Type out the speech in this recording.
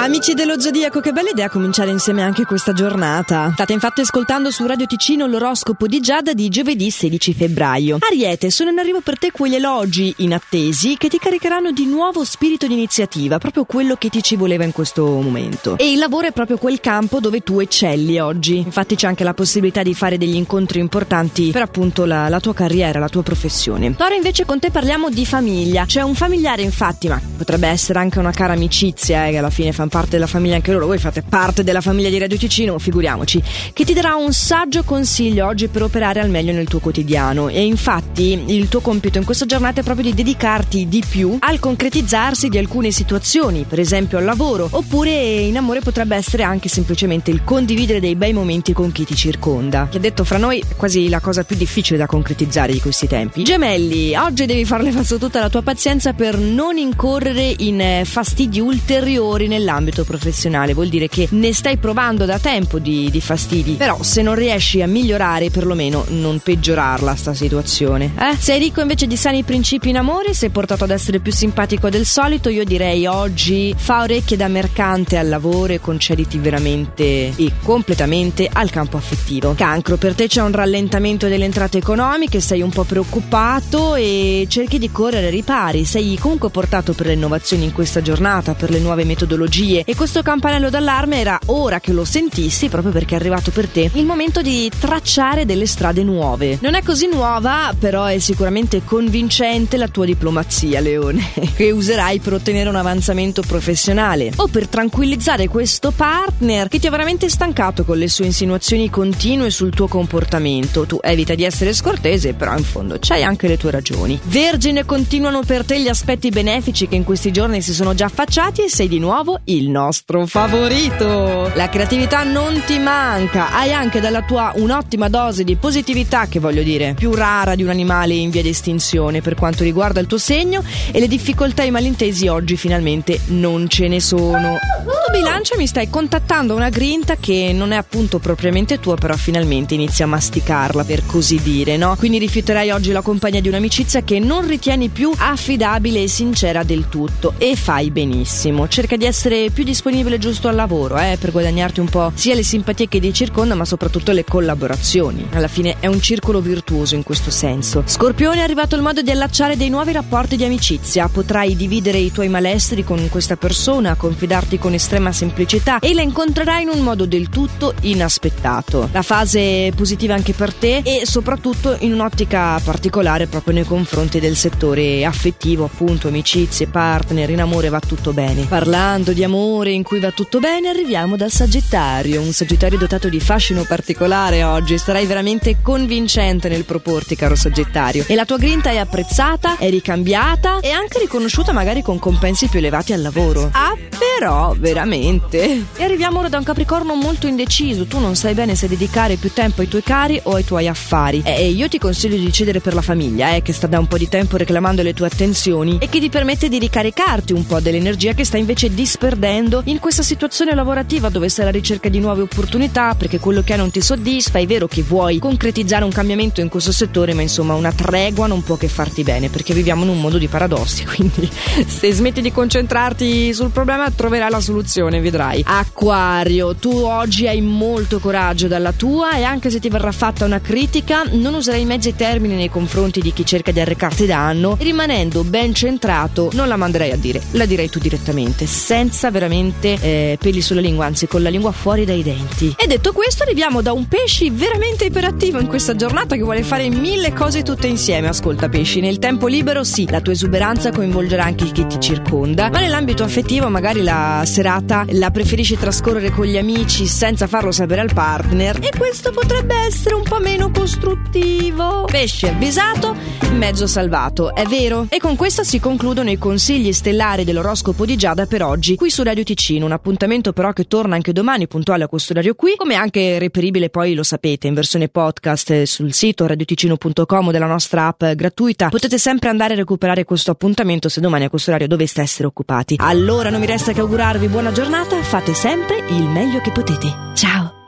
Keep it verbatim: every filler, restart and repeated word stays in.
Amici dello Zodiaco, che bella idea cominciare insieme anche questa giornata. State infatti ascoltando su Radio Ticino l'oroscopo di Giada di giovedì sedici febbraio. Ariete, sono in arrivo per te quegli elogi inattesi che ti caricheranno di nuovo spirito di iniziativa, proprio quello che ti ci voleva in questo momento. E il lavoro è proprio quel campo dove tu eccelli oggi. Infatti c'è anche la possibilità di fare degli incontri importanti per appunto la, la tua carriera, la tua professione. Ora invece con te parliamo di famiglia. C'è un familiare infatti, ma potrebbe essere anche una cara amicizia, eh, che alla fine fanno parte della famiglia anche loro. Voi fate parte della famiglia di Radio Ticino, figuriamoci, che ti darà un saggio consiglio oggi per operare al meglio nel tuo quotidiano. E infatti il tuo compito in questa giornata è proprio di dedicarti di più al concretizzarsi di alcune situazioni, per esempio al lavoro, oppure in amore potrebbe essere anche semplicemente il condividere dei bei momenti con chi ti circonda, che detto fra noi è quasi la cosa più difficile da concretizzare di questi tempi. Gemelli, oggi devi far leva su tutta la tua pazienza per non incorrere in fastidi ulteriori nell'ambito professionale. Vuol dire che ne stai provando da tempo di, di fastidi, però se non riesci a migliorare, perlomeno non peggiorarla sta situazione. Eh? Sei ricco invece di sani principi in amore, sei portato ad essere più simpatico del solito. Io direi oggi fa orecchie da mercante al lavoro e concediti veramente e completamente al campo affettivo. Cancro, per te c'è un rallentamento delle entrate economiche, sei un po' preoccupato e cerchi di correre ai ripari. Sei comunque portato per le innovazioni in questa giornata, per le nuove metodologie, e questo campanello d'allarme era ora che lo sentissi, proprio perché è arrivato per te il momento di tracciare delle strade nuove. Non è così nuova, però è sicuramente convincente la tua diplomazia, Leone, che userai per ottenere un avanzamento professionale o per tranquillizzare questo partner che ti ha veramente stancato con le sue insinuazioni continue sul tuo comportamento. Tu evita di essere scortese, però in fondo c'hai anche le tue ragioni. Vergine, continuano per te gli aspetti benefici che in questi giorni si sono già affacciati e sei di nuovo il nostro favorito. La creatività non ti manca, hai anche dalla tua un'ottima dose di positività, che voglio dire più rara di un animale in via di estinzione per quanto riguarda il tuo segno, e le difficoltà e i malintesi oggi finalmente non ce ne sono. Tu Bilancia mi stai contattando una grinta che non è appunto propriamente tua, però finalmente inizi a masticarla, per così dire, no? Quindi rifiuterai oggi la compagnia di un'amicizia che non ritieni più affidabile e sincera del tutto, e fai benissimo. Cerca di essere più disponibile giusto al lavoro, eh, per guadagnarti un po' sia le simpatie che ti circonda, ma soprattutto le collaborazioni. Alla fine è un circolo virtuoso in questo senso. Scorpione, è arrivato il modo di allacciare dei nuovi rapporti di amicizia. Potrai dividere i tuoi malestri con questa persona, confidarti con estrema semplicità e la incontrerai in un modo del tutto inaspettato. La fase è positiva anche per te, e soprattutto in un'ottica particolare proprio nei confronti del settore affettivo, appunto amicizie, partner, in amore va tutto bene. Parlando di amore in cui va tutto bene, arriviamo dal Sagittario, un Sagittario dotato di fascino particolare oggi. Sarai veramente convincente nel proporti, caro Sagittario, e la tua grinta è apprezzata, è ricambiata e anche riconosciuta magari con compensi più elevati al lavoro. Ah, però veramente. E arriviamo ora da un Capricorno molto indeciso. Tu non sai bene se dedicare più tempo ai tuoi cari o ai tuoi affari, e io ti consiglio di decidere per la famiglia, eh, che sta da un po' di tempo reclamando le tue attenzioni e che ti permette di ricaricarti un po' dell'energia che stai invece disperdendo in questa situazione lavorativa, dove sei alla ricerca di nuove opportunità perché quello che hai non ti soddisfa. È vero che vuoi concretizzare un cambiamento in questo settore, ma insomma una tregua non può che farti bene, perché viviamo in un mondo di paradossi, quindi se smetti di concentrarti sul problema troverai la soluzione, vedrai. Acquario, tu oggi hai molto coraggio dalla tua, e anche se ti verrà fatta una critica non userai mezzi termini nei confronti di chi cerca di arrecarti danno, e rimanendo ben centrato non la manderai a dire, la direi tu direttamente, senza veramente eh, peli sulla lingua, anzi con la lingua fuori dai denti. E detto questo, arriviamo da un Pesci veramente iperattivo in questa giornata, che vuole fare mille cose tutte insieme. Ascolta Pesci, nel tempo libero sì, la tua esuberanza coinvolgerà anche chi ti circonda, ma nell'ambito affettivo magari la serata la preferisci trascorrere con gli amici senza farlo sapere al partner, e questo potrebbe essere un po' meno costruttivo. Pesci avvisato, mezzo salvato, è vero? E con questo si concludono i consigli stellari dell'oroscopo di Giada per oggi qui su Radio Ticino. Un appuntamento però che torna anche domani puntuale a questo orario qui, come anche reperibile poi, lo sapete, in versione podcast sul sito radioticino punto com o della nostra app gratuita. Potete sempre andare a recuperare questo appuntamento se domani a questo orario doveste essere occupati. Allora non mi resta che augurarvi buona giornata, fate sempre il meglio che potete. Ciao!